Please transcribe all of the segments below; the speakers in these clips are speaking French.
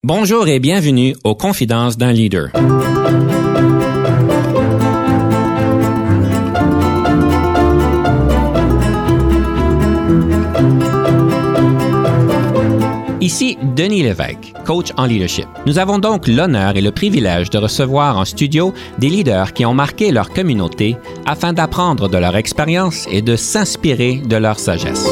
Bonjour et bienvenue aux Confidences d'un leader. Ici Denis Lévesque, coach en leadership. Nous avons donc l'honneur et le privilège de recevoir en studio des leaders qui ont marqué leur communauté afin d'apprendre de leur expérience et de s'inspirer de leur sagesse.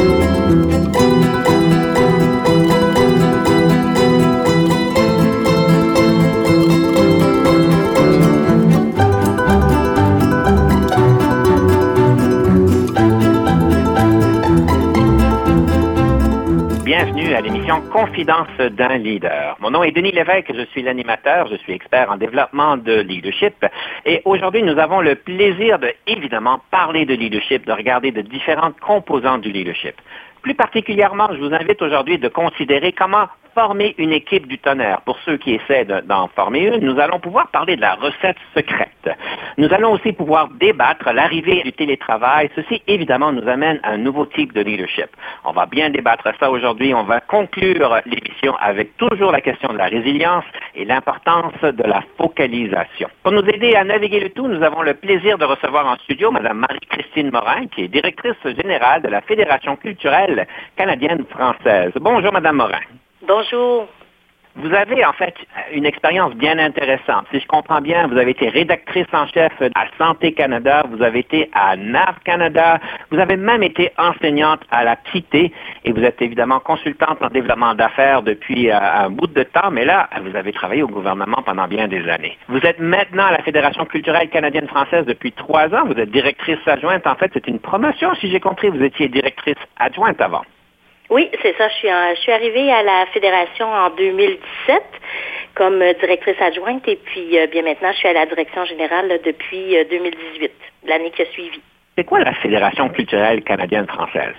Bienvenue à l'émission Confidence d'un leader. Mon nom est Denis Lévesque, je suis l'animateur, je suis expert en développement de leadership et aujourd'hui nous avons le plaisir de, évidemment, parler de leadership, de regarder de différentes composantes du leadership. Plus particulièrement, je vous invite aujourd'hui de considérer comment former une équipe du tonnerre. Pour ceux qui essaient d'en former une, nous allons pouvoir parler de la recette secrète. Nous allons aussi pouvoir débattre l'arrivée du télétravail. Ceci, évidemment, nous amène à un nouveau type de leadership. On va bien débattre ça aujourd'hui. On va conclure l'émission avec toujours la question de la résilience et l'importance de la focalisation. Pour nous aider à naviguer le tout, nous avons le plaisir de recevoir en studio Mme Marie-Christine Morin, qui est directrice générale de la Fédération culturelle canadienne-française. Bonjour, Mme Morin. Bonjour. Vous avez en fait une expérience bien intéressante. Si je comprends bien, vous avez été rédactrice en chef à Santé Canada, vous avez été à NAV Canada, vous avez même été enseignante à la Cité et vous êtes évidemment consultante en développement d'affaires depuis un bout de temps, mais là, vous avez travaillé au gouvernement pendant bien des années. Vous êtes maintenant à la Fédération culturelle canadienne-française depuis 3 ans, vous êtes directrice adjointe. En fait, c'est une promotion, si j'ai compris, vous étiez directrice adjointe avant. Oui, c'est ça. Je suis arrivée à la Fédération en 2017 comme directrice adjointe et puis bien maintenant, je suis à la direction générale depuis 2018, l'année qui a suivi. C'est quoi la Fédération culturelle canadienne-française?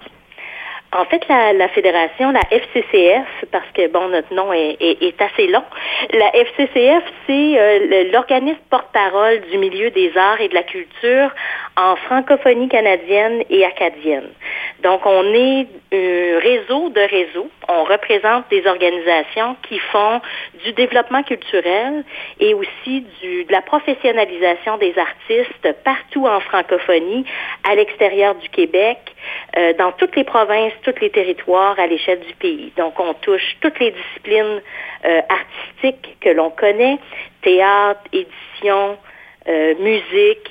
En fait, la fédération, la FCCF, parce que bon, notre nom est assez long. La FCCF, c'est l'organisme porte-parole du milieu des arts et de la culture en francophonie canadienne et acadienne. Donc, on est un réseau de réseaux. On représente des organisations qui font du développement culturel et aussi de la professionnalisation des artistes partout en francophonie, à l'extérieur du Québec, dans toutes les provinces, tous les territoires à l'échelle du pays. Donc, on touche toutes les disciplines artistiques que l'on connaît, théâtre, édition, musique,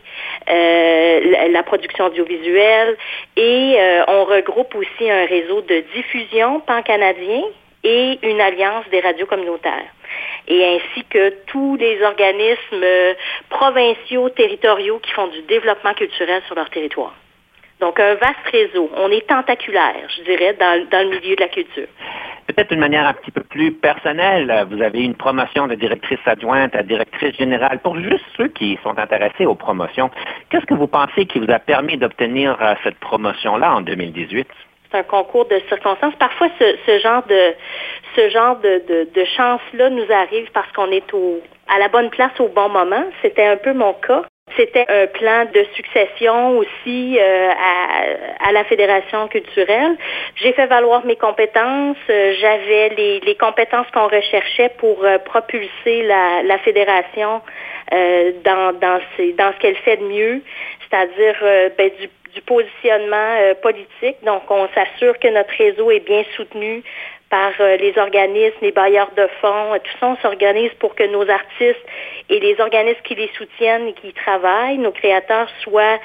la production audiovisuelle et on regroupe aussi un réseau de diffusion pan-canadien et une alliance des radios communautaires. Et ainsi que tous les organismes provinciaux, territoriaux qui font du développement culturel sur leur territoire. Donc, un vaste réseau. On est tentaculaire, je dirais, dans le milieu de la culture. Peut-être d'une manière un petit peu plus personnelle, vous avez une promotion de directrice adjointe à directrice générale. Pour juste ceux qui sont intéressés aux promotions, qu'est-ce que vous pensez qui vous a permis d'obtenir cette promotion-là en 2018? C'est un concours de circonstances. Parfois, ce genre de chance-là nous arrive parce qu'on est à la bonne place au bon moment. C'était un peu mon cas. C'était un plan de succession aussi à la Fédération culturelle. J'ai fait valoir mes compétences. J'avais les compétences qu'on recherchait pour propulser la Fédération dans ce qu'elle fait de mieux, c'est-à-dire du positionnement politique. Donc, on s'assure que notre réseau est bien soutenu par les organismes, les bailleurs de fonds, tout ça, on s'organise pour que nos artistes et les organismes qui les soutiennent et qui y travaillent, nos créateurs soient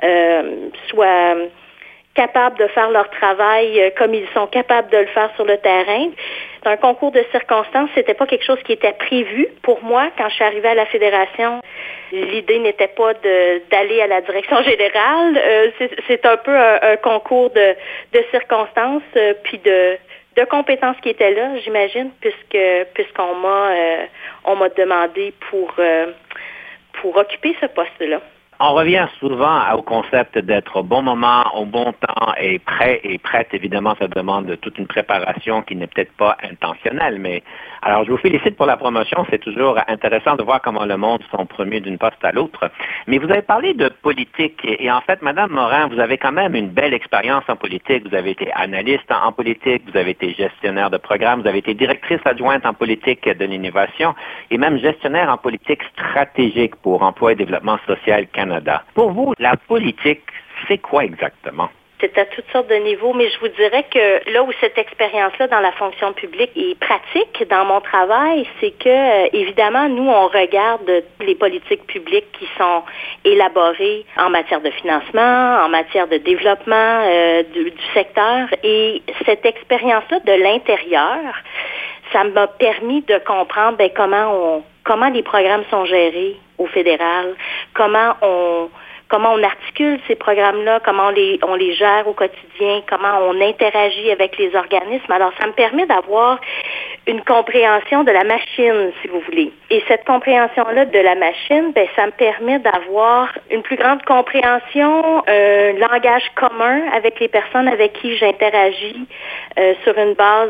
capables de faire leur travail comme ils sont capables de le faire sur le terrain. C'est un concours de circonstances, c'était pas quelque chose qui était prévu pour moi quand je suis arrivée à la Fédération. L'idée n'était pas d'aller à la direction générale, c'est un peu un concours de circonstances puis de compétences qui étaient là, j'imagine, puisqu'on m'a demandé pour occuper ce poste-là. On revient souvent au concept d'être au bon moment, au bon temps et prêt et prête. Évidemment, ça demande toute une préparation qui n'est peut-être pas intentionnelle. Mais alors, je vous félicite pour la promotion. C'est toujours intéressant de voir comment le monde sont promus d'une poste à l'autre. Mais vous avez parlé de politique et en fait, Madame Morin, vous avez quand même une belle expérience en politique. Vous avez été analyste en politique, vous avez été gestionnaire de programme, vous avez été directrice adjointe en politique de l'innovation et même gestionnaire en politique stratégique pour Emploi et Développement social Canada. Pour vous, la politique, c'est quoi exactement? C'est à toutes sortes de niveaux, mais je vous dirais que là où cette expérience-là dans la fonction publique est pratique dans mon travail, c'est que, évidemment, nous, on regarde les politiques publiques qui sont élaborées en matière de financement, en matière de développement du secteur. Et cette expérience-là de l'intérieur, ça m'a permis de comprendre comment les programmes sont gérés au fédéral, comment on articule ces programmes-là, comment on les gère au quotidien, comment on interagit avec les organismes. Alors, ça me permet d'avoir une compréhension de la machine, si vous voulez. Et cette compréhension-là de la machine, ça me permet d'avoir une plus grande compréhension, un langage commun avec les personnes avec qui j'interagis sur une base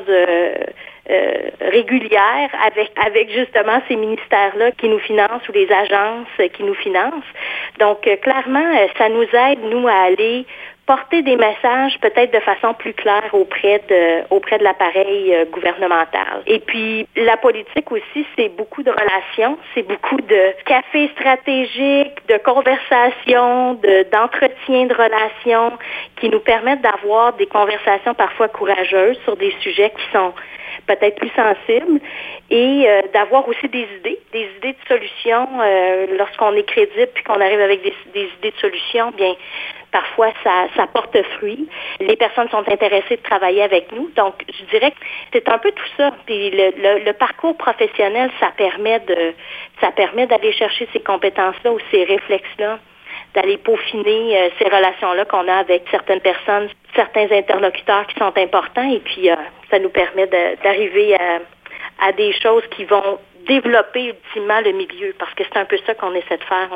régulière avec justement ces ministères-là qui nous financent ou les agences qui nous financent. Donc, clairement, ça nous aide, nous, à aller porter des messages peut-être de façon plus claire auprès de l'appareil gouvernemental. Et puis, la politique aussi, c'est beaucoup de relations, c'est beaucoup de cafés stratégiques, de conversations, d'entretien de relations qui nous permettent d'avoir des conversations parfois courageuses sur des sujets qui sont peut-être plus sensibles et d'avoir aussi des idées de solutions lorsqu'on est crédible puis qu'on arrive avec des idées de solutions, bien parfois ça porte fruit. Les personnes sont intéressées de travailler avec nous. Donc, je dirais que c'est un peu tout ça. Puis le parcours professionnel, ça permet d'aller chercher ces compétences-là ou ces réflexes-là, d'aller peaufiner ces relations-là qu'on a avec certaines personnes, certains interlocuteurs qui sont importants, et puis ça nous permet d'arriver à des choses qui vont développer ultimement le milieu, parce que c'est un peu ça qu'on essaie de faire.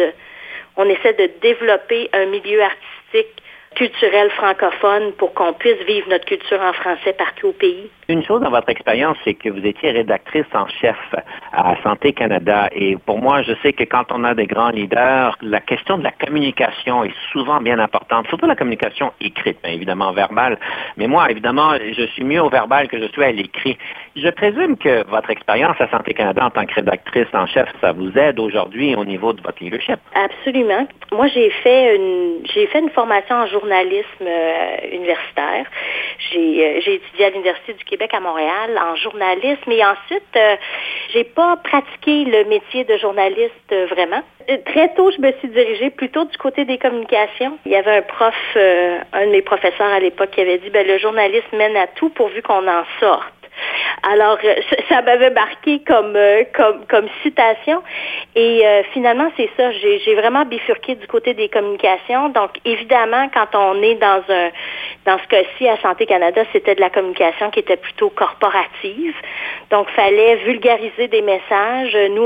On essaie de développer un milieu artistique culturel francophone pour qu'on puisse vivre notre culture en français partout au pays. Une chose dans votre expérience, c'est que vous étiez rédactrice en chef à Santé Canada. Et pour moi, je sais que quand on a des grands leaders, la question de la communication est souvent bien importante, surtout la communication écrite, bien évidemment verbale. Mais moi, évidemment, je suis mieux au verbal que je suis à l'écrit. Je présume que votre expérience à Santé Canada en tant que rédactrice en chef, ça vous aide aujourd'hui au niveau de votre leadership. Absolument. Moi, j'ai fait une formation en journalisme universitaire. J'ai étudié à l'Université du Québec à Montréal en journalisme et ensuite, j'ai pas pratiqué le métier de journaliste vraiment. Très tôt, je me suis dirigée plutôt du côté des communications. Il y avait un prof, un de mes professeurs à l'époque qui avait dit, le journalisme mène à tout pourvu qu'on en sorte. Alors, ça m'avait marqué comme citation. Et finalement, c'est ça. J'ai vraiment bifurqué du côté des communications. Donc, évidemment, quand on est dans ce cas-ci à Santé Canada, c'était de la communication qui était plutôt corporative. Donc, fallait vulgariser des messages. Nous,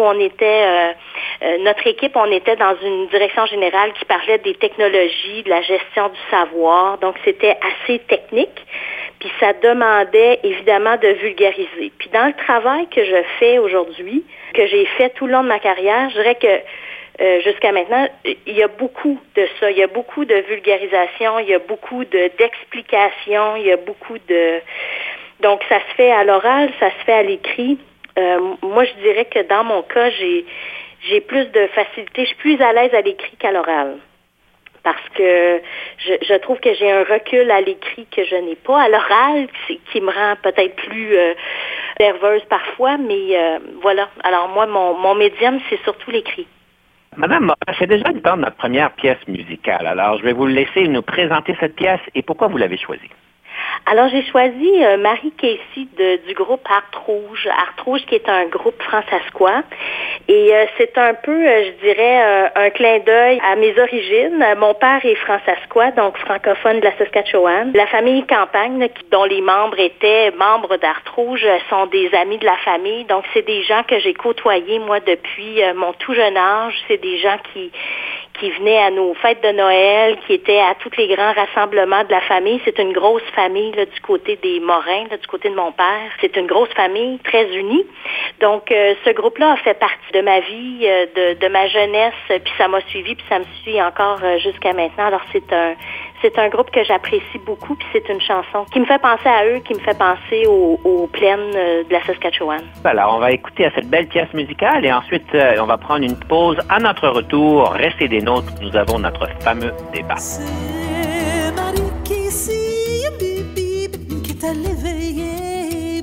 notre équipe, on était dans une direction générale qui parlait des technologies, de la gestion du savoir. Donc, c'était assez technique. Puis ça demandait évidemment de vulgariser. Puis dans le travail que je fais aujourd'hui, que j'ai fait tout le long de ma carrière, je dirais que jusqu'à maintenant, il y a beaucoup de ça. Il y a beaucoup de vulgarisation, il y a beaucoup d'explications, il y a beaucoup de... Donc ça se fait à l'oral, ça se fait à l'écrit. Moi, je dirais que dans mon cas, j'ai plus de facilité. Je suis plus à l'aise à l'écrit qu'à l'oral. Parce que je trouve que j'ai un recul à l'écrit que je n'ai pas à l'oral, qui me rend peut-être plus nerveuse parfois, mais voilà. Alors moi, mon médium, c'est surtout l'écrit. Madame Morin, c'est déjà le temps de notre première pièce musicale. Alors, je vais vous laisser nous présenter cette pièce et pourquoi vous l'avez choisie. Alors, j'ai choisi Marie Casey du groupe Art Rouge. Art Rouge qui est un groupe francescois. Et c'est un peu, je dirais, un clin d'œil à mes origines. Mon père est francescois, donc francophone de la Saskatchewan. La famille Campagne, dont les membres étaient membres d'Art Rouge, sont des amis de la famille. Donc, c'est des gens que j'ai côtoyés, moi, depuis mon tout jeune âge. C'est des gens qui qui venait à nos fêtes de Noël, qui était à tous les grands rassemblements de la famille. C'est une grosse famille là, du côté des Morins, là, du côté de mon père. C'est une grosse famille, très unie. Donc, ce groupe-là a fait partie de ma vie, de ma jeunesse, puis ça m'a suivi, puis ça me suit encore jusqu'à maintenant. Alors, c'est un groupe que j'apprécie beaucoup, puis c'est une chanson qui me fait penser à eux, qui me fait penser aux plaines de la Saskatchewan. Alors, on va écouter à cette belle pièce musicale et ensuite, on va prendre une pause. À notre retour, restez des nôtres, nous avons notre fameux débat. C'est Marie qui s'y qui t'a l'éveillé,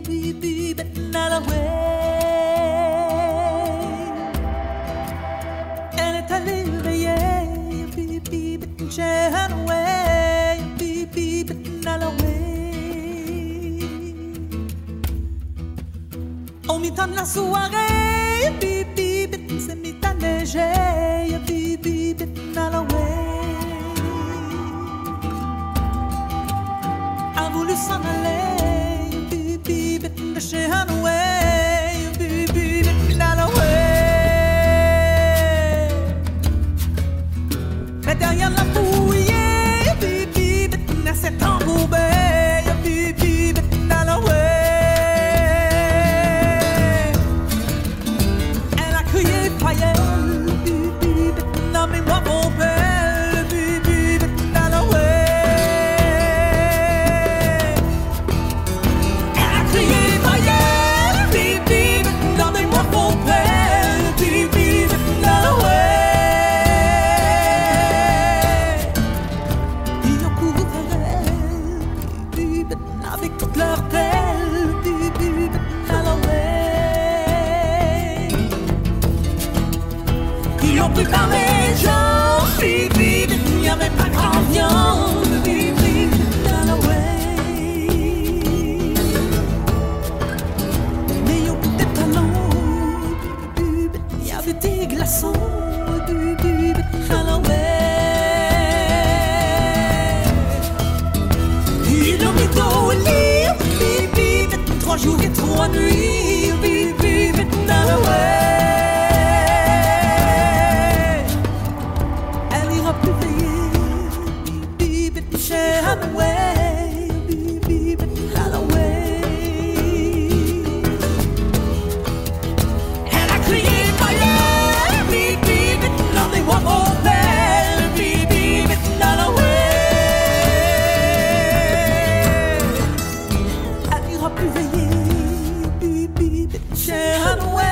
elle est allée réveiller, au mi-temps de la soirée, c'est mi-temps neigé, a voulu s'en aller, de chez Hanway, mais derrière la fouille, elle s'est embourbée, elle a crié Fayel, nommez-moi mon père, elle a crié Fayel, nommez-moi mon père, avec toute leur pelle, ils ont pris par les gens, il n'y avait pas grand viande, mais au bout des talons, il y avait des glaçons, ils ont mis au lit, 3 jours et 3 nuits, elle ira plus veiller, chez Hanway, elle a crié Fayel, nommez-moi mon père, elle ira plus veiller, chez Hanway,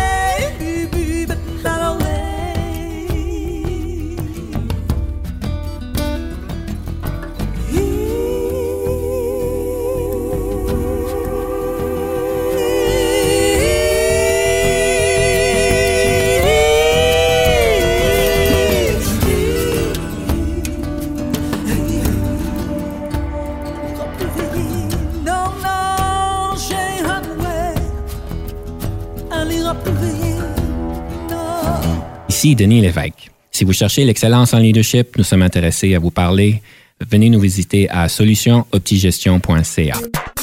Ici Denis Lévesque. Si vous cherchez l'excellence en leadership, nous sommes intéressés à vous parler. Venez nous visiter à solutionoptigestion.ca.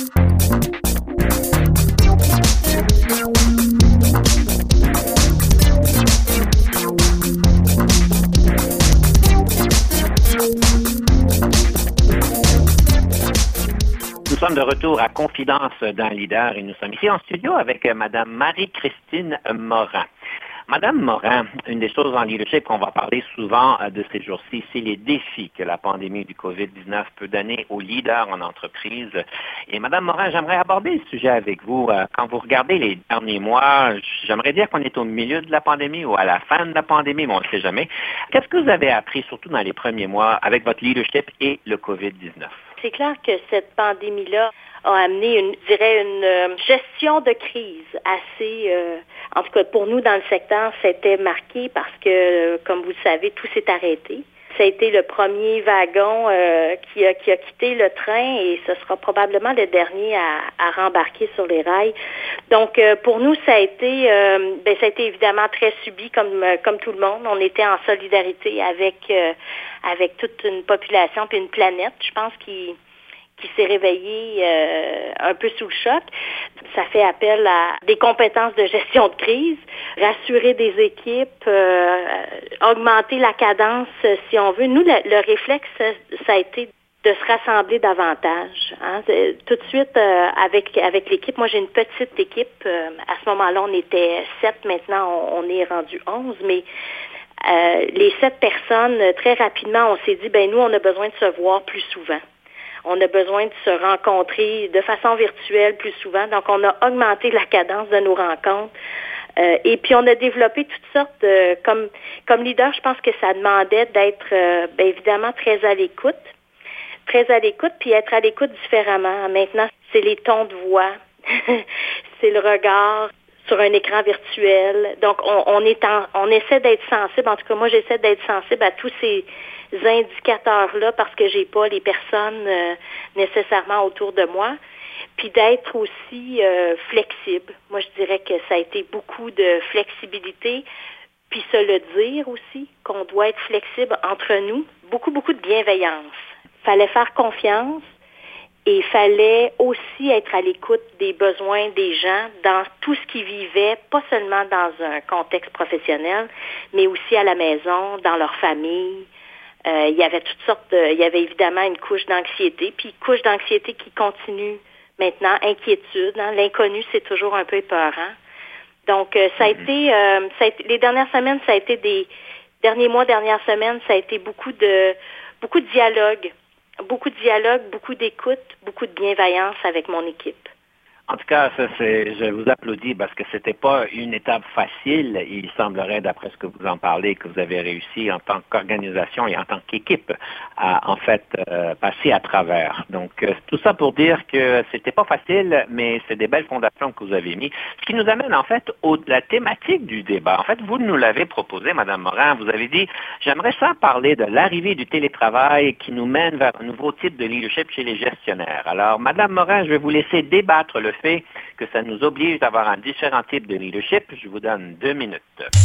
Nous sommes de retour à Confidence d'un leader et nous sommes ici en studio avec Mme Marie-Christine Morin. Madame Morin, une des choses en leadership qu'on va parler souvent de ces jours-ci, c'est les défis que la pandémie du COVID-19 peut donner aux leaders en entreprise. Et Madame Morin, j'aimerais aborder le sujet avec vous. Quand vous regardez les derniers mois, j'aimerais dire qu'on est au milieu de la pandémie ou à la fin de la pandémie, mais on ne sait jamais. Qu'est-ce que vous avez appris, surtout dans les premiers mois, avec votre leadership et le COVID-19? C'est clair que cette pandémie-là a amené une gestion de crise assez, en tout cas pour nous dans le secteur, c'était marqué parce que, comme vous le savez, tout s'est arrêté. Ça a été le premier wagon qui a quitté le train et ce sera probablement le dernier à rembarquer sur les rails. Donc, pour nous, ça a été évidemment très subi comme tout le monde. On était en solidarité avec toute une population puis une planète, je pense, qui qui s'est réveillé un peu sous le choc. Ça fait appel à des compétences de gestion de crise, rassurer des équipes, augmenter la cadence si on veut. Nous, le réflexe, ça a été de se rassembler davantage. Hein. Tout de suite, avec l'équipe, moi j'ai une petite équipe. À ce moment-là, on était 7, maintenant on est rendu 11, mais les 7 personnes, très rapidement, on s'est dit, nous, on a besoin de se voir plus souvent. On a besoin de se rencontrer de façon virtuelle plus souvent. Donc, on a augmenté la cadence de nos rencontres. Et puis, on a développé toutes sortes de... Comme leader, je pense que ça demandait d'être, évidemment, très à l'écoute. Très à l'écoute, puis être à l'écoute différemment. Maintenant, c'est les tons de voix. C'est le regard sur un écran virtuel. Donc, on essaie d'être sensible. En tout cas, moi, j'essaie d'être sensible à tous ces indicateurs-là parce que j'ai pas les personnes nécessairement autour de moi. Puis d'être aussi flexible. Moi, je dirais que ça a été beaucoup de flexibilité. Puis se le dire aussi, qu'on doit être flexible entre nous. Beaucoup, beaucoup de bienveillance. Fallait faire confiance. Et il fallait aussi être à l'écoute des besoins des gens dans tout ce qu'ils vivaient, pas seulement dans un contexte professionnel, mais aussi à la maison, dans leur famille. Il y avait toutes sortes il y avait évidemment une couche d'anxiété, puis une couche d'anxiété qui continue maintenant, inquiétude. Hein, l'inconnu, c'est toujours un peu épeurant. Donc, ça a été, les dernières semaines, ça a été derniers mois, dernières semaines, ça a été beaucoup de dialogue. Beaucoup de dialogue, beaucoup d'écoute, beaucoup de bienveillance avec mon équipe. En tout cas, je vous applaudis parce que c'était pas une étape facile. Il semblerait, d'après ce que vous en parlez, que vous avez réussi en tant qu'organisation et en tant qu'équipe à, en fait, passer à travers. Donc, tout ça pour dire que c'était pas facile, mais c'est des belles fondations que vous avez mis. Ce qui nous amène, en fait, la thématique du débat. En fait, vous nous l'avez proposé, Mme Morin. Vous avez dit, j'aimerais ça parler de l'arrivée du télétravail qui nous mène vers un nouveau type de leadership chez les gestionnaires. Alors, Mme Morin, je vais vous laisser débattre le fait que ça nous oblige d'avoir un différent type de leadership. Je vous donne 2 minutes.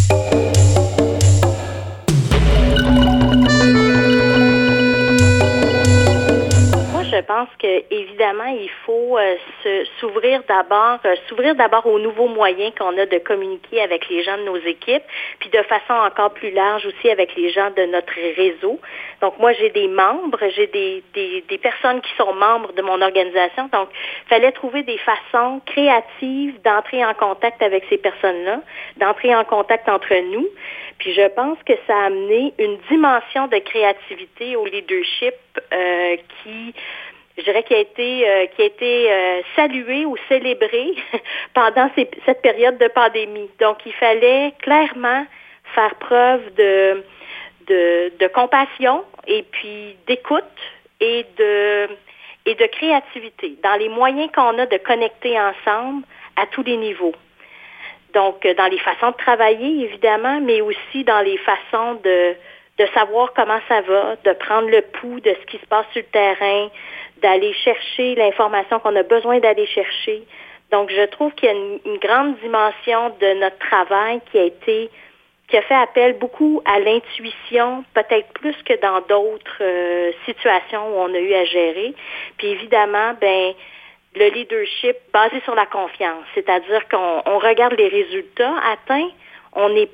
Moi, je pense que évidemment, il faut s'ouvrir d'abord aux nouveaux moyens qu'on a de communiquer avec les gens de nos équipes, puis de façon encore plus large aussi avec les gens de notre réseau. Donc, moi, j'ai des membres, j'ai des personnes qui sont membres de mon organisation. Donc, il fallait trouver des façons créatives d'entrer en contact avec ces personnes-là, d'entrer en contact entre nous. Puis, je pense que ça a amené une dimension de créativité au leadership qui a été saluée ou célébrée pendant cette période de pandémie. Donc, il fallait clairement faire preuve de compassion et puis d'écoute et de créativité dans les moyens qu'on a de connecter ensemble à tous les niveaux. Donc, dans les façons de travailler, évidemment, mais aussi dans les façons de savoir comment ça va, de prendre le pouls de ce qui se passe sur le terrain, d'aller chercher l'information qu'on a besoin d'aller chercher. Donc, je trouve qu'il y a une grande dimension de notre travail qui a fait appel beaucoup à l'intuition, peut-être plus que dans d'autres situations où on a eu à gérer. Puis évidemment, le leadership basé sur la confiance, c'est-à-dire qu'on regarde les résultats atteints, on n'est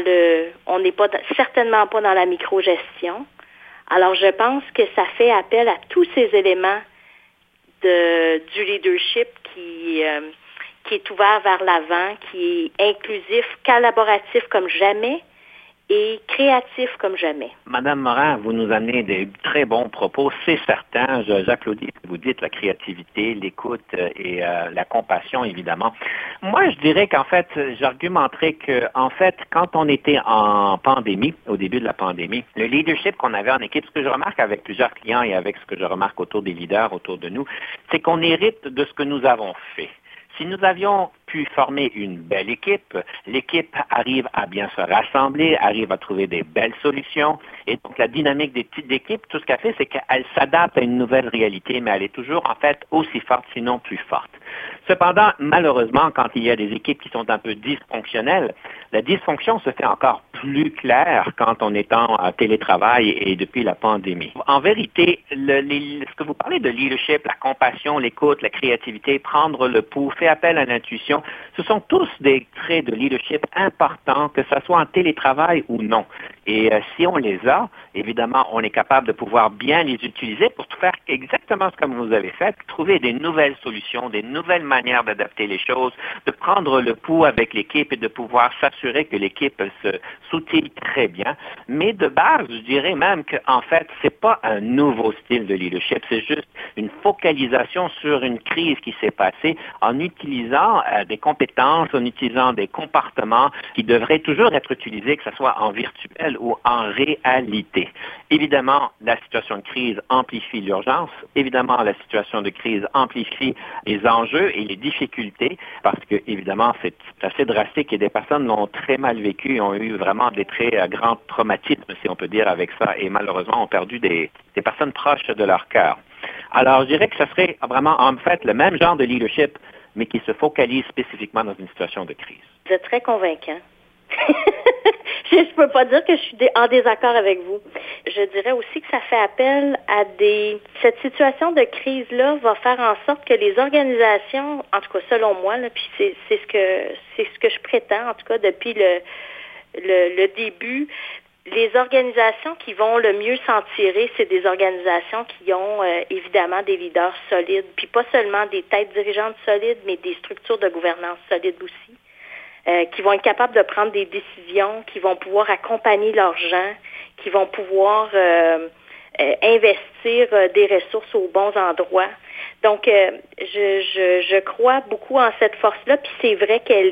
certainement pas dans la microgestion. Alors, je pense que ça fait appel à tous ces éléments du leadership qui est ouvert vers l'avant, qui est inclusif, collaboratif comme jamais et créatif comme jamais. Madame Morin, vous nous amenez des très bons propos, c'est certain. J'applaudis ce que vous dites, la créativité, l'écoute et la compassion, évidemment. Moi, je dirais qu'en fait, j'argumenterais que, en fait, quand on était en pandémie, au début de la pandémie, le leadership qu'on avait en équipe, ce que je remarque avec plusieurs clients et avec ce que je remarque autour des leaders, autour de nous, c'est qu'on hérite de ce que nous avons fait. Si nous avions pu former une belle équipe, l'équipe arrive à bien se rassembler, arrive à trouver des belles solutions. Et donc, la dynamique des petites équipes, tout ce qu'elle fait, c'est qu'elle s'adapte à une nouvelle réalité, mais elle est toujours, en fait, aussi forte, sinon plus forte. Cependant, malheureusement, quand il y a des équipes qui sont un peu dysfonctionnelles, la dysfonction se fait encore plus clair quand on est en télétravail et depuis la pandémie. En vérité, ce que vous parlez de leadership, la compassion, l'écoute, la créativité, prendre le pouls, faire appel à l'intuition, ce sont tous des traits de leadership importants, que ce soit en télétravail ou non. Et si on les a, évidemment, on est capable de pouvoir bien les utiliser pour faire exactement ce que vous avez fait, trouver des nouvelles solutions, des nouvelles manières d'adapter les choses, de prendre le pouls avec l'équipe et de pouvoir s'assurer que l'équipe s'outille très bien. Mais de base, je dirais même qu'en fait, c'est pas un nouveau style de leadership, c'est juste une focalisation sur une crise qui s'est passée en utilisant des compétences, en utilisant des comportements qui devraient toujours être utilisés, que ce soit en virtuel ou en réalité. Évidemment, la situation de crise amplifie l'urgence. Évidemment, la situation de crise amplifie les enjeux et les difficultés parce que, évidemment, c'est assez drastique et des personnes l'ont très mal vécu, ont eu vraiment des très grands traumatismes, si on peut dire, avec ça, et malheureusement ont perdu des personnes proches de leur cœur. Alors, je dirais que ce serait vraiment, en fait, le même genre de leadership, mais qui se focalise spécifiquement dans une situation de crise. Vous êtes très convaincant. Je ne peux pas dire que je suis en désaccord avec vous. Je dirais aussi que ça fait appel à cette situation de crise-là va faire en sorte que les organisations, en tout cas selon moi, là, puis c'est ce que je prétends, en tout cas depuis le début, les organisations qui vont le mieux s'en tirer, c'est des organisations qui ont évidemment des leaders solides, puis pas seulement des têtes dirigeantes solides, mais des structures de gouvernance solides aussi. Qui vont être capables de prendre des décisions, qui vont pouvoir accompagner leurs gens, qui vont pouvoir investir des ressources aux bons endroits. Donc, je crois beaucoup en cette force-là, puis c'est vrai qu'elle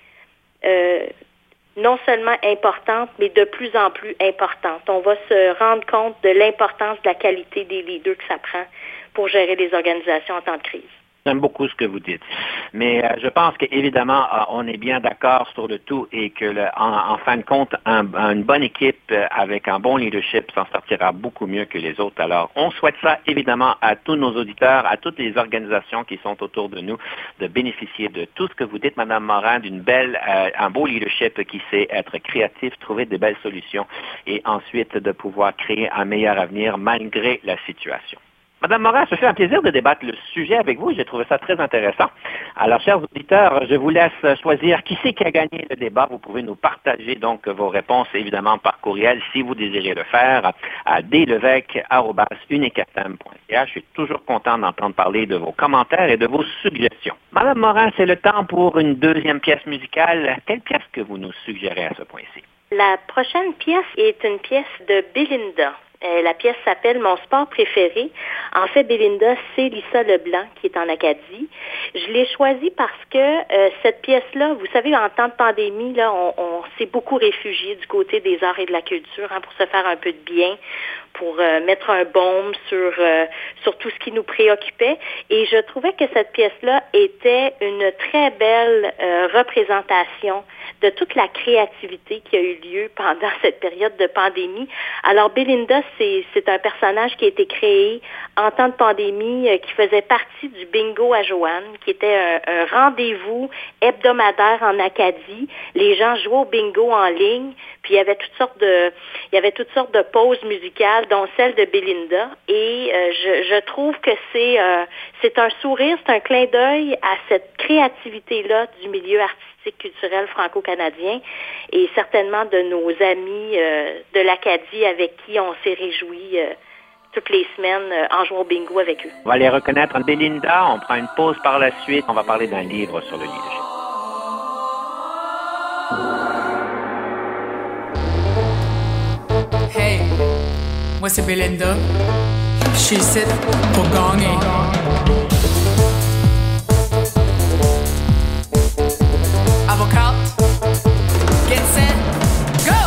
est non seulement importante, mais de plus en plus importante. On va se rendre compte de l'importance de la qualité des leaders que ça prend pour gérer les organisations en temps de crise. J'aime beaucoup ce que vous dites. Mais je pense qu'évidemment, on est bien d'accord sur le tout et que, en fin de compte, une bonne équipe avec un bon leadership s'en sortira beaucoup mieux que les autres. Alors, on souhaite ça, évidemment, à tous nos auditeurs, à toutes les organisations qui sont autour de nous, de bénéficier de tout ce que vous dites, Mme Morin, un beau leadership qui sait être créatif, trouver de belles solutions et ensuite de pouvoir créer un meilleur avenir malgré la situation. Madame Morin, ce fait un plaisir de débattre le sujet avec vous. J'ai trouvé ça très intéressant. Alors, chers auditeurs, je vous laisse choisir qui c'est qui a gagné le débat. Vous pouvez nous partager donc vos réponses, évidemment, par courriel, si vous désirez le faire, à dlevesque@unicfm.ca. Je suis toujours content d'entendre parler de vos commentaires et de vos suggestions. Madame Morin, c'est le temps pour une deuxième pièce musicale. Quelle pièce que vous nous suggérez à ce point-ci? La prochaine pièce est une pièce de Belinda. La pièce s'appelle « Mon sport préféré ». En fait, Belinda, c'est Lisa Leblanc qui est en Acadie. Je l'ai choisie parce que cette pièce-là, vous savez, en temps de pandémie, là, on s'est beaucoup réfugié du côté des arts et de la culture pour se faire un peu de bien, pour mettre un baume sur tout ce qui nous préoccupait. Et je trouvais que cette pièce-là était une très belle représentation de toute la créativité qui a eu lieu pendant cette période de pandémie. Alors, Belinda, c'est un personnage qui a été créé en temps de pandémie, qui faisait partie du Bingo à Joanne, qui était un rendez-vous hebdomadaire en Acadie. Les gens jouaient au bingo en ligne, puis il y avait toutes sortes de pauses musicales, dont celle de Belinda. Et je trouve que c'est un sourire, c'est un clin d'œil à cette créativité-là du milieu artistique culturel franco-canadien et certainement de nos amis de l'Acadie avec qui on s'est réjouis toutes les semaines en jouant au bingo avec eux. On va les reconnaître. Belinda, on prend une pause par la suite. On va parler d'un livre sur le leadership. Hey, moi c'est Belinda. Je suis ici pour gagner. Avocat, get set, go!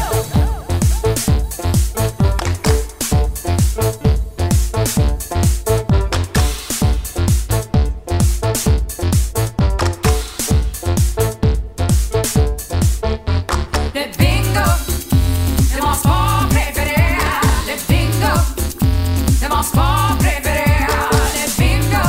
Le bingo, c'est mon sport préféré. Le bingo, c'est mon sport préféré. Le bingo,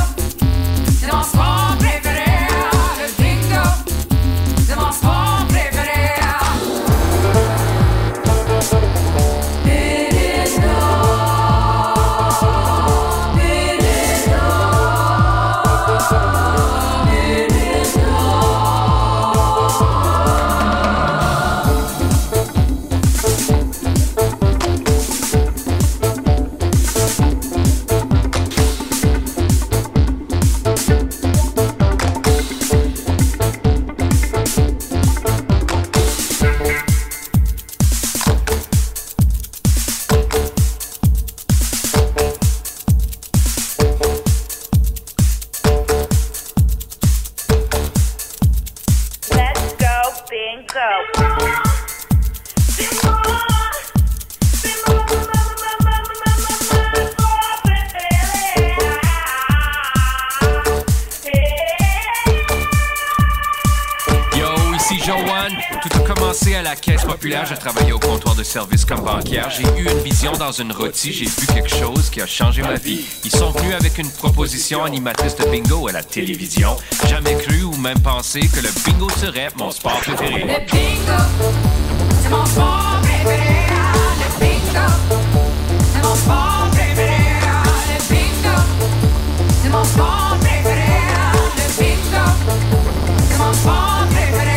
Joanne, tout a commencé à la Caisse populaire. Je travaillais au comptoir de service comme banquière. J'ai eu une vision dans une rôtie. J'ai vu quelque chose qui a changé ma vie. Ils sont venus avec une proposition animatrice de bingo à la télévision. Jamais cru ou même pensé que le bingo serait mon sport préféré. Le bingo, c'est mon sport préféré. Le bingo, c'est mon sport préféré. Le bingo, c'est mon sport préféré. Le bingo, c'est mon sport préféré.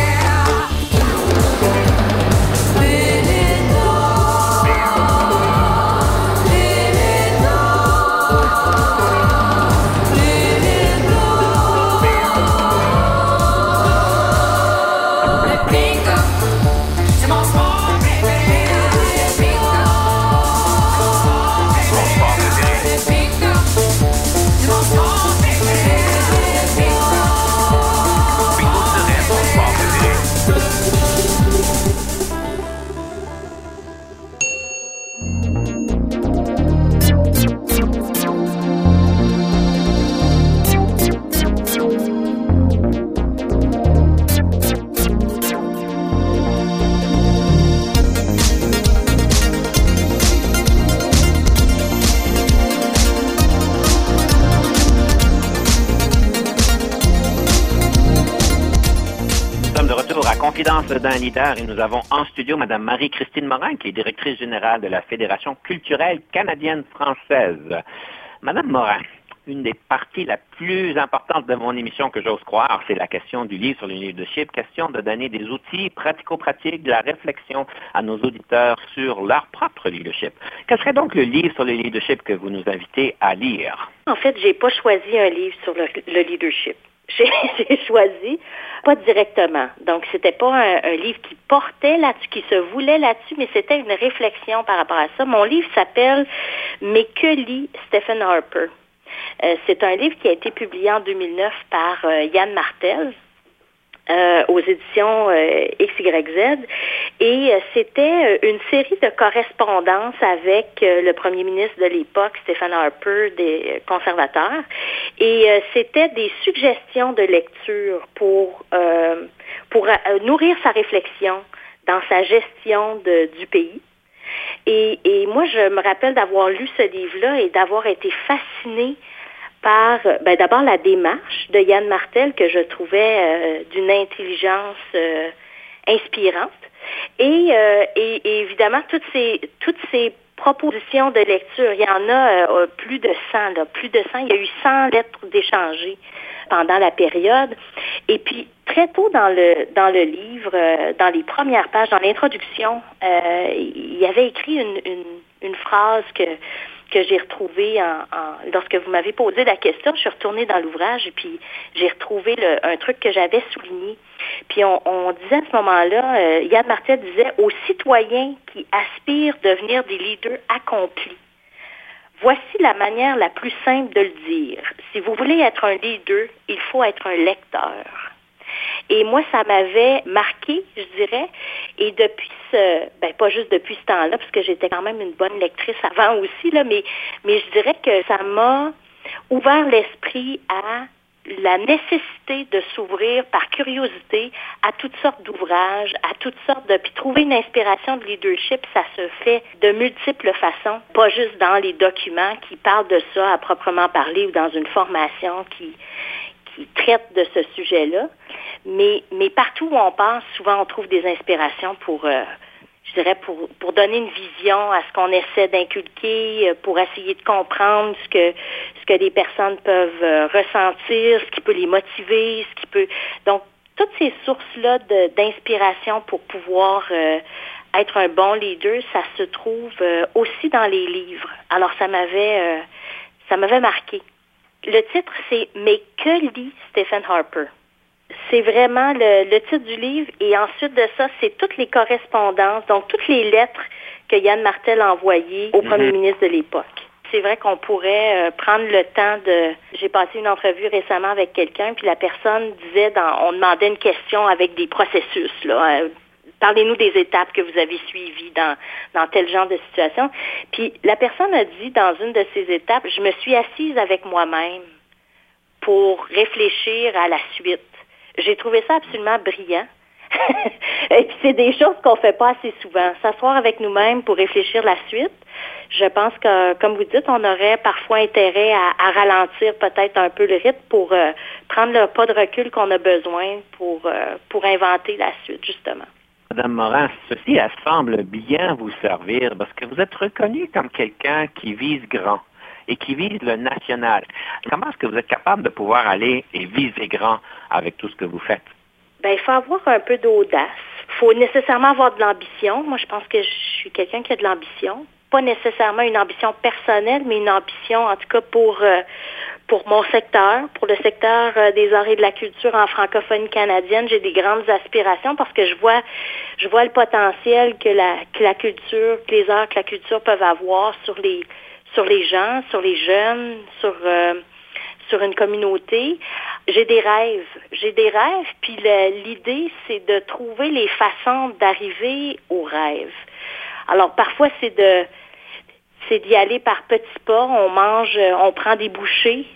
Confidence d'un leader et nous avons en studio Mme Marie-Christine Morin, qui est directrice générale de la Fédération culturelle canadienne-française. Madame Morin, une des parties la plus importante de mon émission que j'ose croire, c'est la question du livre sur le leadership, question de donner des outils pratico-pratiques, de la réflexion à nos auditeurs sur leur propre leadership. Quel serait donc le livre sur le leadership que vous nous invitez à lire? En fait, j'ai pas choisi un livre sur le leadership. J'ai choisi, pas directement. Donc, c'était pas un livre qui portait là-dessus, qui se voulait là-dessus, mais c'était une réflexion par rapport à ça. Mon livre s'appelle « Mais que lit Stephen Harper ». C'est un livre qui a été publié en 2009 par Yann Martel aux éditions XYZ. Et c'était une série de correspondances avec le premier ministre de l'époque, Stephen Harper, des conservateurs. Et c'était des suggestions de lecture pour nourrir sa réflexion dans sa gestion du pays. Et moi, je me rappelle d'avoir lu ce livre-là et d'avoir été fascinée par, d'abord la démarche de Yann Martel, que je trouvais d'une intelligence inspirante. Et évidemment, toutes ces propositions de lecture, il y en a plus de 100, plus de 100. Il y a eu 100 lettres d'échangées pendant la période. Et puis, très tôt dans le livre, dans les premières pages, dans l'introduction, il y avait écrit une phrase que j'ai retrouvée lorsque vous m'avez posé la question. Je suis retournée dans l'ouvrage et puis j'ai retrouvé un truc que j'avais souligné. Puis on disait à ce moment-là, Yann Martel disait aux citoyens qui aspirent à devenir des leaders accomplis. Voici la manière la plus simple de le dire. Si vous voulez être un leader, il faut être un lecteur. Et moi, ça m'avait marqué, je dirais, et depuis pas juste depuis ce temps-là, parce que j'étais quand même une bonne lectrice avant aussi, là, mais je dirais que ça m'a ouvert l'esprit à la nécessité de s'ouvrir par curiosité à toutes sortes d'ouvrages, à toutes sortes puis trouver une inspiration de leadership, ça se fait de multiples façons, pas juste dans les documents qui parlent de ça à proprement parler ou dans une formation qui traite de ce sujet-là, mais partout où on passe, souvent on trouve des inspirations pour donner une vision à ce qu'on essaie d'inculquer, pour essayer de comprendre ce que les personnes peuvent ressentir, ce qui peut les motiver, donc toutes ces sources-là d'inspiration pour pouvoir être un bon leader, ça se trouve aussi dans les livres. Alors ça m'avait marqué. Le titre, c'est « Mais que lit Stephen Harper ?» C'est vraiment le titre du livre. Et ensuite de ça, c'est toutes les correspondances, donc toutes les lettres que Yann Martel a envoyées au premier ministre de l'époque. C'est vrai qu'on pourrait prendre le temps J'ai passé une entrevue récemment avec quelqu'un, puis la personne disait, on demandait une question avec des processus, là, parlez-nous des étapes que vous avez suivies dans tel genre de situation. Puis la personne a dit dans une de ces étapes, je me suis assise avec moi-même pour réfléchir à la suite. J'ai trouvé ça absolument brillant. Et puis c'est des choses qu'on fait pas assez souvent. S'asseoir avec nous-mêmes pour réfléchir la suite. Je pense que, comme vous dites, on aurait parfois intérêt à ralentir peut-être un peu le rythme pour prendre le pas de recul qu'on a besoin pour inventer la suite, justement. Madame Morin, ceci semble bien vous servir parce que vous êtes reconnue comme quelqu'un qui vise grand et qui vise le national. Comment est-ce que vous êtes capable de pouvoir aller et viser grand avec tout ce que vous faites? Ben, il faut avoir un peu d'audace. Il faut nécessairement avoir de l'ambition. Moi, je pense que je suis quelqu'un qui a de l'ambition. Pas nécessairement une ambition personnelle, mais une ambition, en tout cas, pour mon secteur, pour le secteur des arts et de la culture en francophonie canadienne. J'ai des grandes aspirations parce que je vois le potentiel que la culture, que les arts, que la culture peuvent avoir sur les gens, sur les jeunes, sur une communauté. J'ai des rêves, puis l'idée, c'est de trouver les façons d'arriver aux rêves. Alors, parfois, c'est d'y aller par petits pas. On prend des bouchées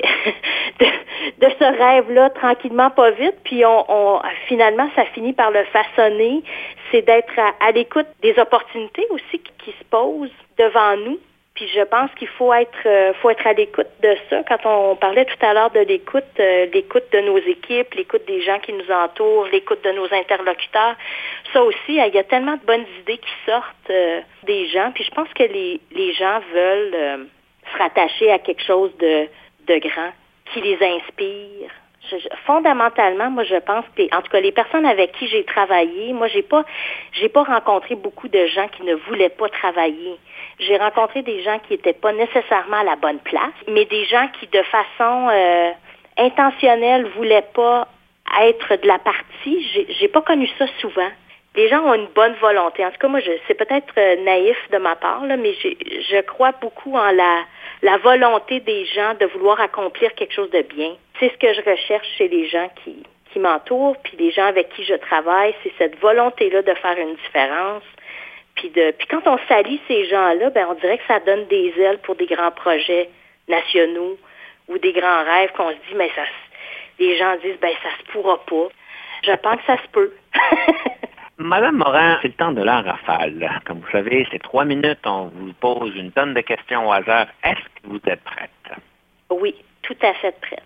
de ce rêve-là, tranquillement, pas vite, puis finalement, ça finit par le façonner. C'est d'être à l'écoute des opportunités aussi qui se posent devant nous. Puis je pense qu'il faut être à l'écoute de ça. Quand on parlait tout à l'heure de l'écoute de nos équipes, l'écoute des gens qui nous entourent, l'écoute de nos interlocuteurs, ça aussi, il y a tellement de bonnes idées qui sortent des gens. Puis je pense que les gens veulent se rattacher à quelque chose de grand, qui les inspire. Fondamentalement, moi, je pense que, en tout cas, les personnes avec qui j'ai travaillé, moi, j'ai pas rencontré beaucoup de gens qui ne voulaient pas travailler. J'ai rencontré des gens qui n'étaient pas nécessairement à la bonne place, mais des gens qui, de façon intentionnelle, voulaient pas être de la partie. J'ai pas connu ça souvent. Les gens ont une bonne volonté. En tout cas, moi, c'est peut-être naïf de ma part, là, mais je crois beaucoup en la volonté des gens de vouloir accomplir quelque chose de bien. C'est ce que je recherche chez les gens qui m'entourent, puis les gens avec qui je travaille, c'est cette volonté-là de faire une différence. Puis quand on s'allie ces gens-là, ben on dirait que ça donne des ailes pour des grands projets nationaux ou des grands rêves qu'on se dit, mais les gens disent, ben ça se pourra pas. Je pense que ça se peut. Madame Morin, c'est le temps de la rafale. Comme vous savez, c'est 3 minutes, on vous pose une tonne de questions au hasard. Est-ce que vous êtes prête? Oui, tout à fait prête.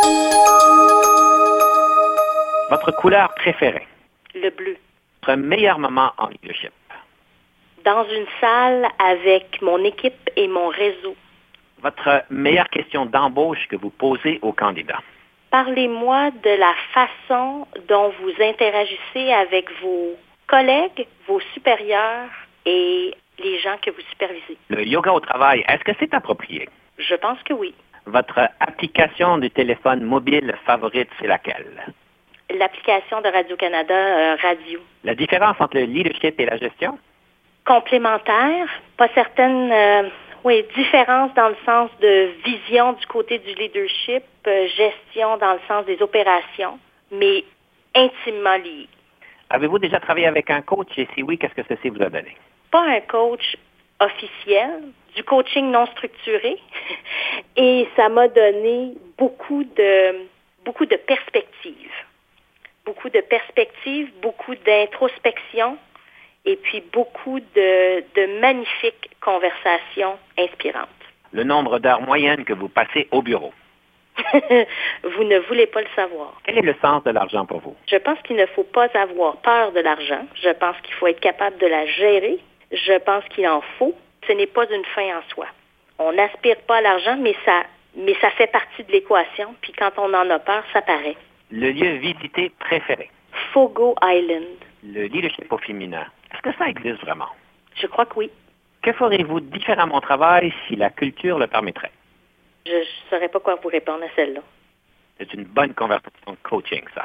Votre couleur préférée? Le bleu. Votre meilleur moment en leadership? Dans une salle avec mon équipe et mon réseau. Votre meilleure question d'embauche que vous posez aux candidats? Parlez-moi de la façon dont vous interagissez avec vos collègues, vos supérieurs et les gens que vous supervisez. Le yoga au travail, est-ce que c'est approprié? Je pense que oui. Votre application de téléphone mobile favorite, c'est laquelle? L'application de Radio-Canada Radio. La différence entre le leadership et la gestion? Complémentaire, pas certaine... différence dans le sens de vision du côté du leadership, gestion dans le sens des opérations, mais intimement liées. Avez-vous déjà travaillé avec un coach et si oui, qu'est-ce que ceci vous a donné? Pas un coach officiel, du coaching non structuré, et ça m'a donné beaucoup de perspectives. Beaucoup de perspectives, beaucoup d'introspection, et puis beaucoup de magnifiques conversations inspirantes. Le nombre d'heures moyennes que vous passez au bureau? Vous ne voulez pas le savoir. Quel est le sens de l'argent pour vous? Je pense qu'il ne faut pas avoir peur de l'argent. Je pense qu'il faut être capable de la gérer. Je pense qu'il en faut. Ce n'est pas une fin en soi. On n'aspire pas à l'argent, mais ça fait partie de l'équation. Puis quand on en a peur, ça paraît. Le lieu visité préféré? Fogo Island. Le leadership au féminin. Est-ce que ça existe vraiment? Je crois que oui. Que ferez-vous différemment au travail si la culture le permettrait? Je ne saurais pas quoi vous répondre à celle-là. C'est une bonne conversation de coaching, ça.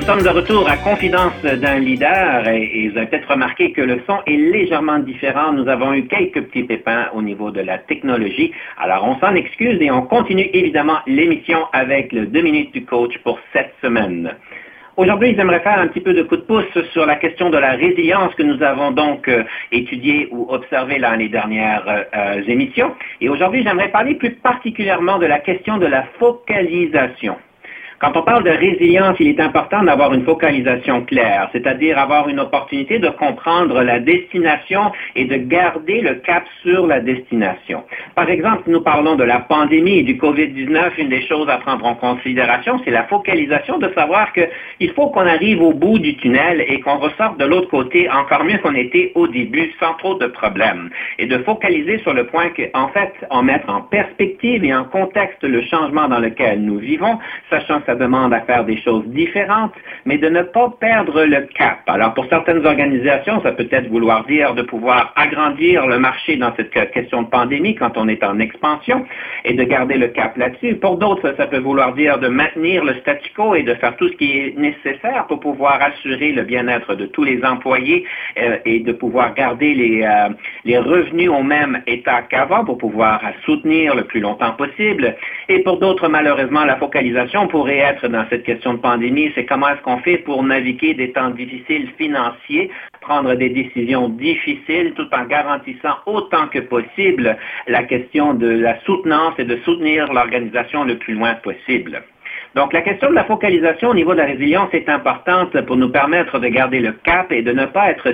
sommes de retour à Confidence d'un leader et vous avez peut-être remarqué que le son est légèrement différent. Nous avons eu quelques petits pépins au niveau de la technologie. Alors, on s'en excuse et on continue évidemment l'émission avec le 2 minutes du coach pour cette semaine. Aujourd'hui, j'aimerais faire un petit peu de coup de pouce sur la question de la résilience que nous avons donc étudiée ou observée dans les dernières émissions. Et aujourd'hui, j'aimerais parler plus particulièrement de la question de la focalisation. Quand on parle de résilience, il est important d'avoir une focalisation claire, c'est-à-dire avoir une opportunité de comprendre la destination et de garder le cap sur la destination. Par exemple, si nous parlons de la pandémie et du COVID-19, une des choses à prendre en considération, c'est la focalisation de savoir qu'il faut qu'on arrive au bout du tunnel et qu'on ressorte de l'autre côté encore mieux qu'on était au début, sans trop de problèmes. Et de focaliser sur le point qu'en fait, en mettre en perspective et en contexte le changement dans lequel nous vivons, sachant ça demande à faire des choses différentes, mais de ne pas perdre le cap. Alors, pour certaines organisations, ça peut peut-être vouloir dire de pouvoir agrandir le marché dans cette question de pandémie quand on est en expansion et de garder le cap là-dessus. Pour d'autres, ça peut vouloir dire de maintenir le statu quo et de faire tout ce qui est nécessaire pour pouvoir assurer le bien-être de tous les employés et de pouvoir garder les revenus au même état qu'avant pour pouvoir soutenir le plus longtemps possible. Et pour d'autres, malheureusement, la focalisation pourrait être dans cette question de pandémie, c'est comment est-ce qu'on fait pour naviguer des temps difficiles financiers, prendre des décisions difficiles tout en garantissant autant que possible la question de la soutenance et de soutenir l'organisation le plus loin possible. Donc, la question de la focalisation au niveau de la résilience est importante pour nous permettre de garder le cap et de ne pas être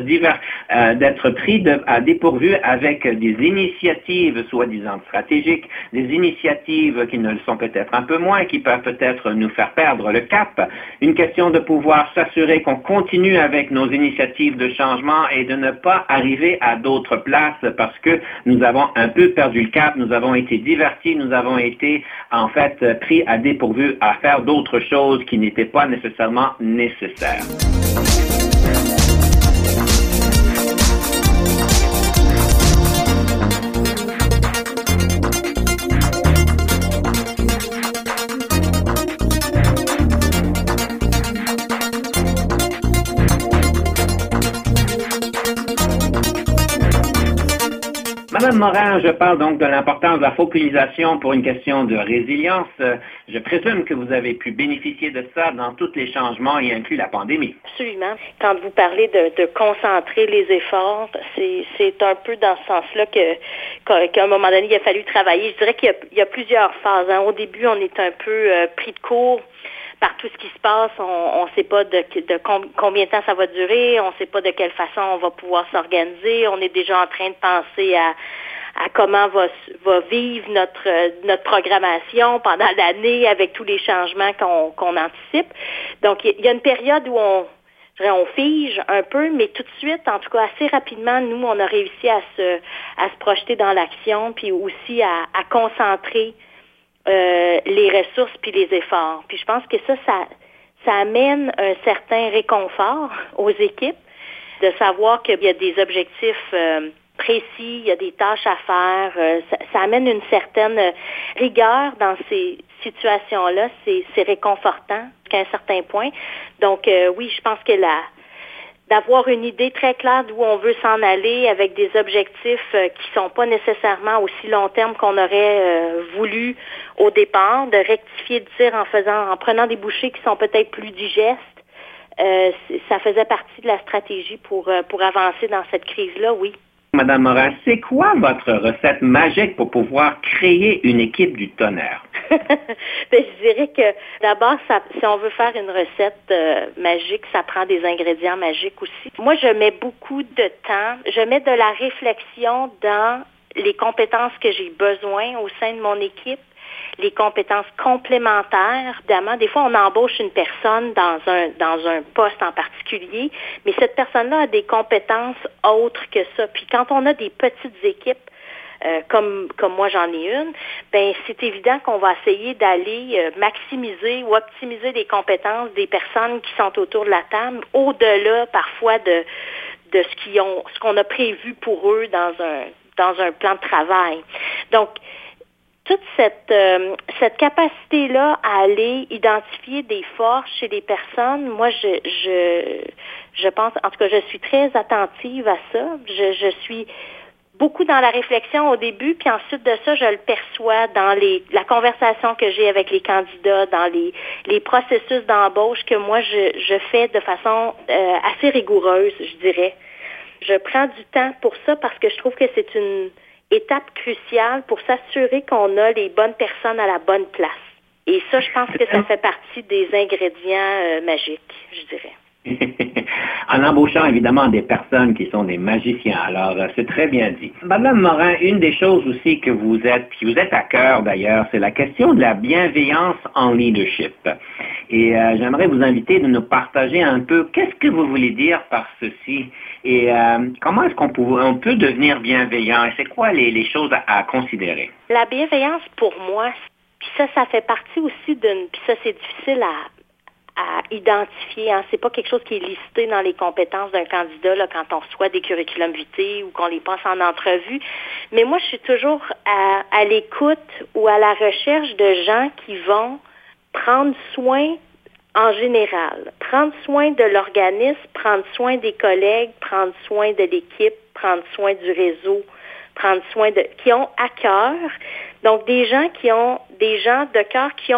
d'être pris à dépourvu avec des initiatives soi-disant stratégiques, des initiatives qui ne le sont peut-être un peu moins, qui peuvent peut-être nous faire perdre le cap. Une question de pouvoir s'assurer qu'on continue avec nos initiatives de changement et de ne pas arriver à d'autres places parce que nous avons un peu perdu le cap, nous avons été divertis, nous avons été en fait pris à dépourvu à faire d'autres choses qui n'étaient pas nécessairement nécessaires. Madame Morin, je parle donc de l'importance de la focalisation pour une question de résilience. Je présume que vous avez pu bénéficier de ça dans tous les changements, y inclus la pandémie. Absolument. Quand vous parlez de concentrer les efforts, c'est un peu dans ce sens-là qu'à un moment donné, il a fallu travailler. Je dirais qu'il y a plusieurs phases. Au début, on est un peu pris de court par tout ce qui se passe. On ne sait pas de combien de temps ça va durer, on ne sait pas de quelle façon on va pouvoir s'organiser. On est déjà en train de penser à comment va vivre notre programmation pendant l'année avec tous les changements qu'on anticipe. Donc, il y a une période où on fige un peu, mais tout de suite, en tout cas assez rapidement, nous, on a réussi à se projeter dans l'action, puis aussi à concentrer les ressources puis les efforts. Puis je pense que ça amène un certain réconfort aux équipes de savoir qu'il y a des objectifs précis, il y a des tâches à faire. Ça amène une certaine rigueur dans ces situations-là. C'est réconfortant jusqu'à un certain point. Donc oui, je pense que d'avoir une idée très claire d'où on veut s'en aller avec des objectifs qui sont pas nécessairement aussi long terme qu'on aurait voulu au départ, de rectifier le tir en prenant des bouchées qui sont peut-être plus digestes. Ça faisait partie de la stratégie pour avancer dans cette crise-là, oui. Madame Morin, c'est quoi votre recette magique pour pouvoir créer une équipe du tonnerre? Je dirais que d'abord, si on veut faire une recette magique, ça prend des ingrédients magiques aussi. Moi, je mets beaucoup de temps, je mets de la réflexion dans les compétences que j'ai besoin au sein de mon équipe, les compétences complémentaires. Évidemment, des fois, on embauche une personne dans un poste en particulier, mais cette personne-là a des compétences autres que ça. Puis quand on a des petites équipes, comme moi j'en ai une, ben c'est évident qu'on va essayer d'aller maximiser ou optimiser les compétences des personnes qui sont autour de la table, au-delà parfois de ce qu'on a prévu pour eux dans un plan de travail. Donc, toute cette capacité-là à aller identifier des forces chez les personnes, moi, je pense, en tout cas, je suis très attentive à ça. Je suis beaucoup dans la réflexion au début, puis ensuite de ça, je le perçois dans la conversation que j'ai avec les candidats, dans les processus d'embauche que moi, je fais de façon assez rigoureuse, je dirais. Je prends du temps pour ça parce que je trouve que c'est une étape cruciale pour s'assurer qu'on a les bonnes personnes à la bonne place. Et ça, je pense que ça fait partie des ingrédients magiques, je dirais. En embauchant évidemment des personnes qui sont des magiciens. Alors, c'est très bien dit. Madame Morin, une des choses aussi qui vous êtes à cœur d'ailleurs, c'est la question de la bienveillance en leadership. Et j'aimerais vous inviter de nous partager un peu qu'est-ce que vous voulez dire par ceci et comment est-ce qu'on peut devenir bienveillant et c'est quoi les choses à considérer? La bienveillance pour moi, puis ça fait partie aussi puis ça c'est difficile à identifier. Hein. C'est pas quelque chose qui est listé dans les compétences d'un candidat là, quand on reçoit des curriculum vitae ou qu'on les passe en entrevue. Mais moi, je suis toujours à l'écoute ou à la recherche de gens qui vont prendre soin en général, prendre soin de l'organisme, prendre soin des collègues, prendre soin de l'équipe, prendre soin du réseau, prendre soin qui ont à cœur. Donc, des gens de cœur qui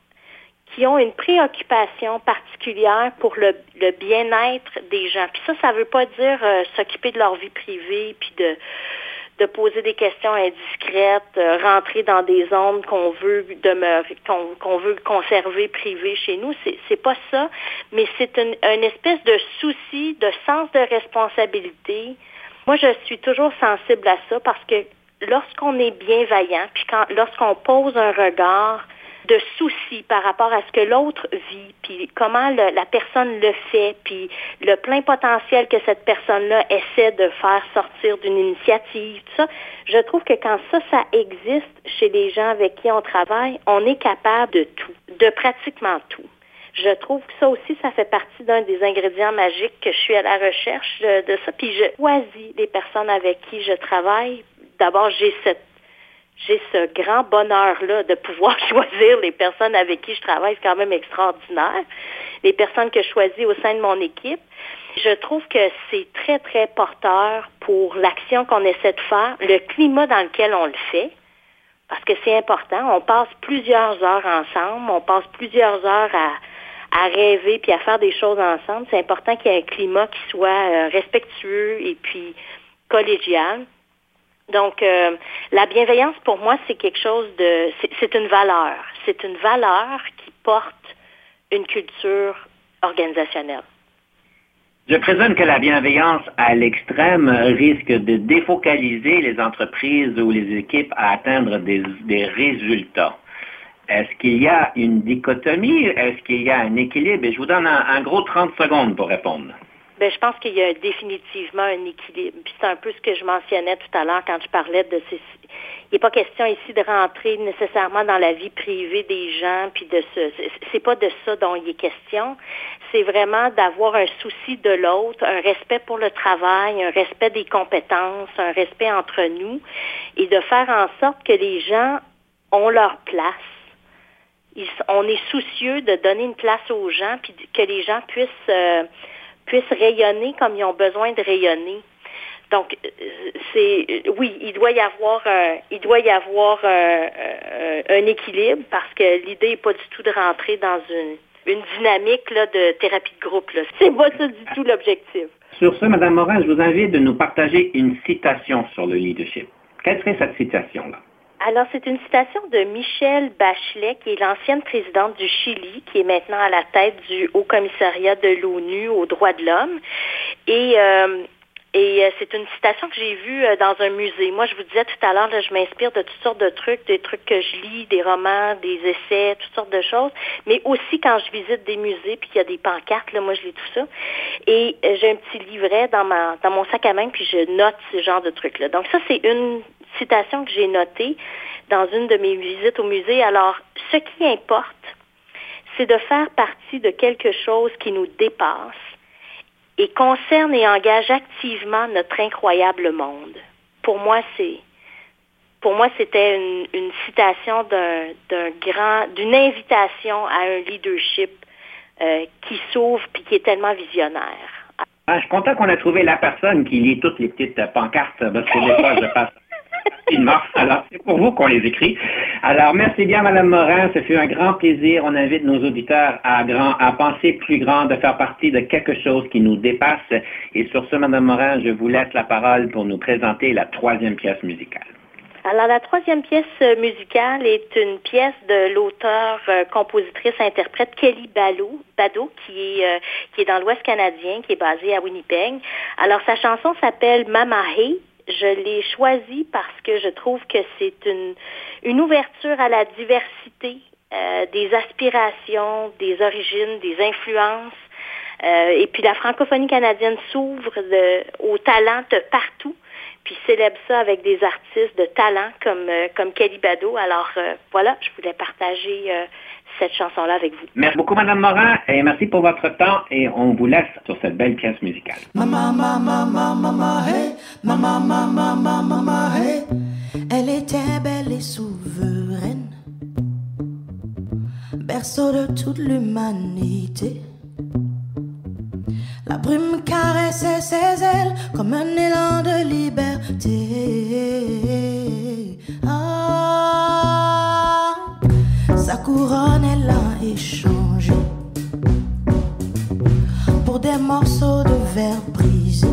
ont une préoccupation particulière pour le bien-être des gens. Puis ça veut pas dire s'occuper de leur vie privée, puis de poser des questions indiscrètes, rentrer dans des zones qu'on veut qu'on veut conserver privées chez nous. C'est pas ça, mais c'est une espèce de souci, de sens de responsabilité. Moi, je suis toujours sensible à ça parce que lorsqu'on est bienveillant, puis lorsqu'on pose un regard de souci par rapport à ce que l'autre vit, puis comment la personne le fait, puis le plein potentiel que cette personne-là essaie de faire sortir d'une initiative, tout ça, je trouve que quand ça existe chez les gens avec qui on travaille, on est capable de tout, de pratiquement tout. Je trouve que ça aussi, ça fait partie d'un des ingrédients magiques que je suis à la recherche de ça, puis je choisis les personnes avec qui je travaille. D'abord, j'ai ce grand bonheur-là de pouvoir choisir les personnes avec qui je travaille, c'est quand même extraordinaire. Les personnes que je choisis au sein de mon équipe. Je trouve que c'est très, très porteur pour l'action qu'on essaie de faire, le climat dans lequel on le fait, parce que c'est important. On passe plusieurs heures ensemble, on passe plusieurs heures à rêver puis à faire des choses ensemble. C'est important qu'il y ait un climat qui soit respectueux et puis collégial. Donc, la bienveillance, pour moi, c'est quelque chose c'est une valeur. C'est une valeur qui porte une culture organisationnelle. Je présume que la bienveillance à l'extrême risque de défocaliser les entreprises ou les équipes à atteindre des résultats. Est-ce qu'il y a une dichotomie? Est-ce qu'il y a un équilibre? Et je vous donne un gros 30 secondes pour répondre. Bien, je pense qu'il y a définitivement un équilibre. Puis c'est un peu ce que je mentionnais tout à l'heure quand je parlais de ces... Il n'est pas question ici de rentrer nécessairement dans la vie privée des gens, puis c'est pas de ça dont il est question. C'est vraiment d'avoir un souci de l'autre, un respect pour le travail, un respect des compétences, un respect entre nous, et de faire en sorte que les gens ont leur place. On est soucieux de donner une place aux gens, puis que les gens puissent rayonner comme ils ont besoin de rayonner. Donc, oui, il doit y avoir un équilibre parce que l'idée n'est pas du tout de rentrer dans une dynamique là, de thérapie de groupe. Là. C'est pas ça du tout l'objectif. Sur ce, Mme Morin, je vous invite de nous partager une citation sur le leadership. Quelle serait cette citation-là? Alors, c'est une citation de Michelle Bachelet, qui est l'ancienne présidente du Chili, qui est maintenant à la tête du Haut Commissariat de l'ONU aux droits de l'homme. Et c'est une citation que j'ai vue dans un musée. Moi, je vous disais tout à l'heure, là, je m'inspire de toutes sortes de trucs, des trucs que je lis, des romans, des essais, toutes sortes de choses. Mais aussi quand je visite des musées, puis qu'il y a des pancartes, là, moi, je lis tout ça. Et j'ai un petit livret dans mon sac à main, puis je note ce genre de trucs-là. Donc ça, c'est une citation que j'ai notée dans une de mes visites au musée. Alors, ce qui importe, c'est de faire partie de quelque chose qui nous dépasse et concerne et engage activement notre incroyable monde. Pour moi, pour moi, c'était une citation d'une invitation à un leadership qui s'ouvre puis qui est tellement visionnaire. Je suis content qu'on a trouvé la personne qui lit toutes les petites pancartes, parce que des fois, je passe rapidement. Alors, c'est pour vous qu'on les écrit. Alors, merci bien, Mme Morin. Ce fut un grand plaisir. On invite nos auditeurs à penser plus grand, de faire partie de quelque chose qui nous dépasse. Et sur ce, Mme Morin, je vous laisse la parole pour nous présenter la 3e pièce musicale. Alors, la 3e pièce musicale est une pièce de l'auteur, compositrice, interprète Kelly Bado, qui est dans l'Ouest canadien, qui est basée à Winnipeg. Alors, sa chanson s'appelle Mama Hey. Je l'ai choisie parce que je trouve que c'est une ouverture à la diversité, des aspirations, des origines, des influences. Et puis, la francophonie canadienne s'ouvre aux talents de partout. Puis célèbre ça avec des artistes de talent comme Kelly Bado. Alors voilà, je voulais partager cette chanson-là avec vous. Merci beaucoup, Mme Morin, et merci pour votre temps, et on vous laisse sur cette belle pièce musicale. Mama, mama, mama, mama, hey. Mama, mama, mama, mama, hey. Elle était belle et souveraine, berceau de toute l'humanité. La brume caressait ses ailes comme un élan de liberté. Ah, sa couronne, elle l'a échangée pour des morceaux de verre brisés.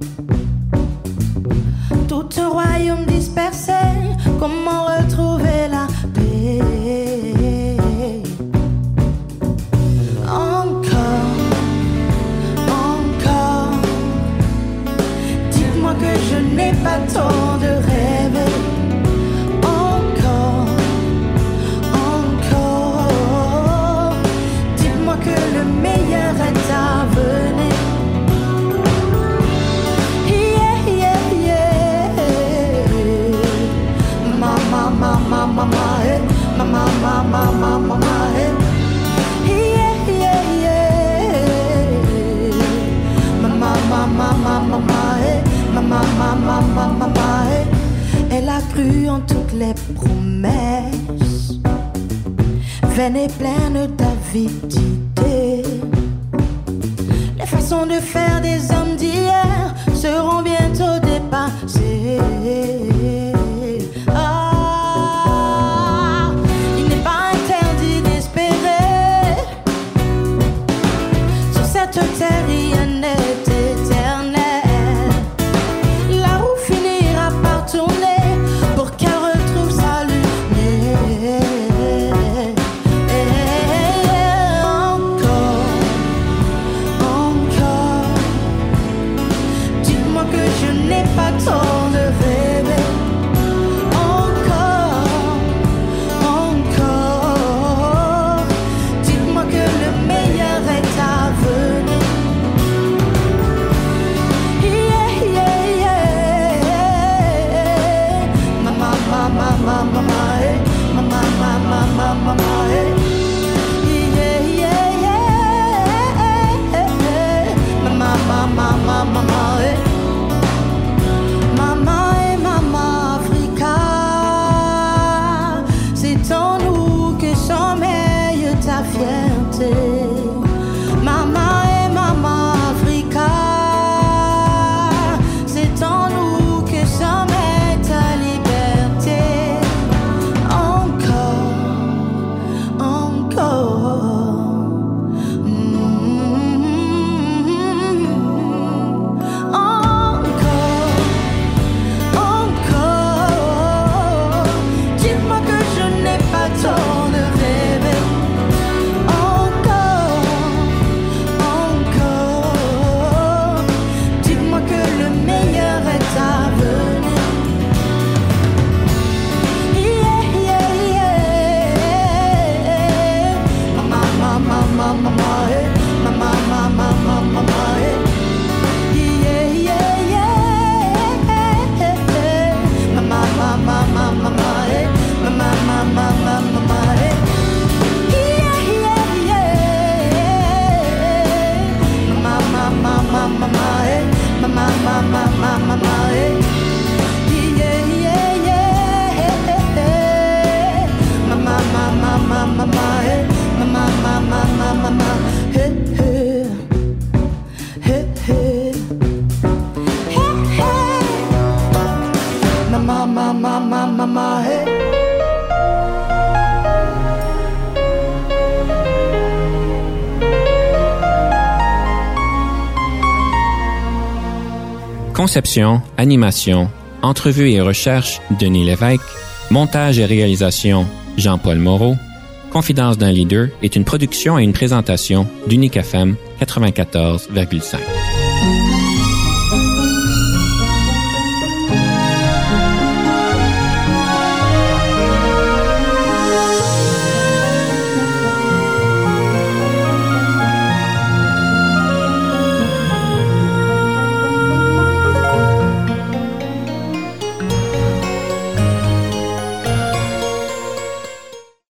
Tout un royaume dispersé, comment retrouver la paix? Que je n'ai pas tant de rêver. Encore. Dites-moi que le meilleur est à venir. Yeah, yeah, yeah. Mama, mama, mama, hey. Mama, mama, mama, mama, hey. Yeah, yeah, yeah. Mama, mama, mama, mama, hey. Mama, mama, mama, mama, elle a cru en toutes les promesses, vaines et pleines d'avidité. Les façons de faire des hommes d'hier seront bientôt dépassées. Ah, il n'est pas interdit d'espérer sur cette terre rien n'est éternel. Pour qu'elle retrouve sa lumière. Encore. Dites-moi que je n'ai pas tant de rêver. Encore. Dites-moi que le meilleur est à venir. Mama, mama, hey. Mama, mama, mama, hey. Yeah, yeah, yeah. Mama, mama, mama, hey. Mama et Mama Africa, c'est en nous que sommeille ta fierté. Mama et Mama Africa, c'est en nous que sommeille ta liberté. Conception, animation, entrevue et recherche, Denis Lévesque. Montage et réalisation, Jean-Paul Moreau. Confidence d'un leader est une production et une présentation d'Unique FM 94,5.